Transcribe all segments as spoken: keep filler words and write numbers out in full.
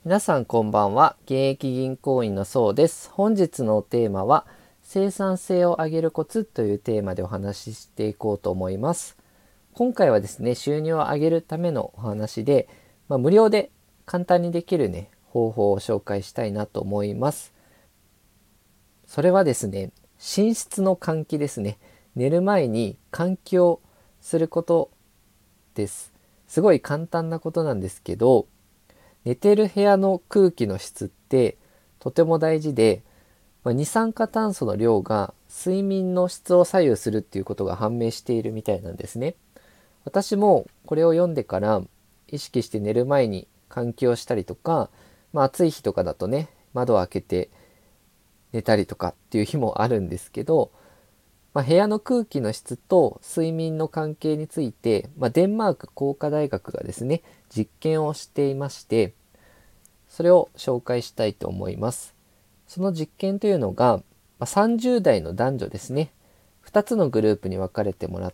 皆さんこんばんは。現役銀行員のそうです。本日のテーマは生産性を上げるコツというテーマでお話ししていこうと思います。今回はですね、収入を上げるためのお話で、まあ、無料で簡単にできるね、方法を紹介したいなと思います。それはですね、寝室の換気ですね。寝る前に換気をすることです。すごい簡単なことなんですけど、寝てる部屋の空気の質ってとても大事で、まあ、二酸化炭素の量が睡眠の質を左右するっていうことが判明しているみたいなんですね。私もこれを読んでから意識して寝る前に換気をしたりとか、まあ、暑い日とかだとね、窓を開けて寝たりとかっていう日もあるんですけど、まあ、部屋の空気の質と睡眠の関係について、まあ、デンマーク工科大学がですね、実験をしていまして、それを紹介したいと思います。その実験というのが、まあ、さんじゅう代の男女ですね。ふたつのグループに分かれてもらって、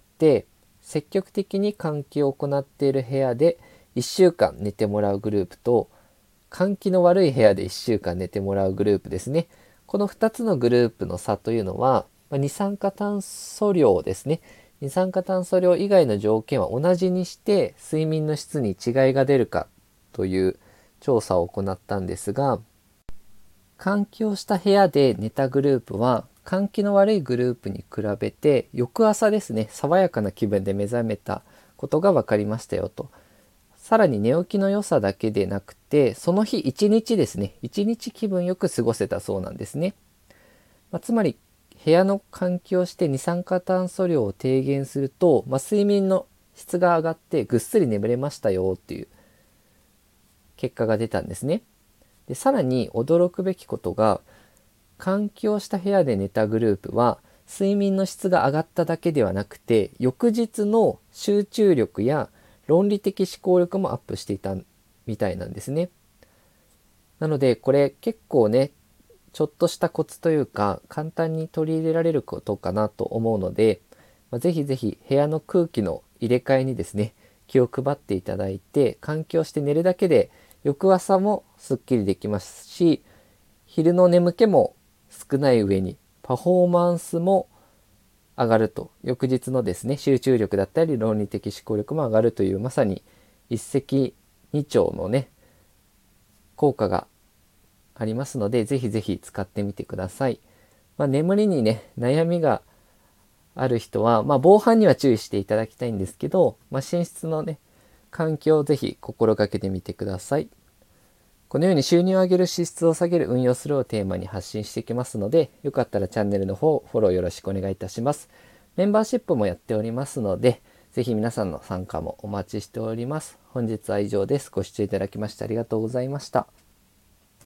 積極的に換気を行っている部屋でいっしゅうかん寝てもらうグループと、換気の悪い部屋でいっしゅうかん寝てもらうグループですね。このふたつのグループの差というのは、まあ、二酸化炭素量ですね。二酸化炭素量以外の条件は同じにして睡眠の質に違いが出るかという調査を行ったんですが、換気をした部屋で寝たグループは換気の悪いグループに比べて翌朝ですね、爽やかな気分で目覚めたことが分かりましたよと。さらに寝起きの良さだけでなくて、その日一日ですね、一日気分よく過ごせたそうなんですね。まあ、つまり部屋の換気をして二酸化炭素量を低減すると、まあ、睡眠の質が上がってぐっすり眠れましたよっていう結果が出たんですね。で、さらに驚くべきことが、換気をした部屋で寝たグループは睡眠の質が上がっただけではなくて、翌日の集中力や論理的思考力もアップしていたみたいなんですね。なのでこれ結構ね、ちょっとしたコツというか簡単に取り入れられることかなと思うので、まあ、ぜひぜひ部屋の空気の入れ替えにですね、気を配っていただいて、換気をして寝るだけで翌朝もすっきりできますし、昼の眠気も少ない上にパフォーマンスも上がると、翌日のですね、集中力だったり論理的思考力も上がるという、まさに一石二鳥のね、効果がありますので、ぜひぜひ使ってみてください。まあ、眠りにね、悩みがある人は、まあ、防犯には注意していただきたいんですけど、まあ、寝室のね、環境をぜひ心がけてみてください。このように収入を上げる、支出を下げる、運用するをテーマに発信していきますので、よかったらチャンネルの方、フォローよろしくお願いいたします。メンバーシップもやっておりますので、ぜひ皆さんの参加もお待ちしております。本日は以上です。ご視聴いただきましてありがとうございました。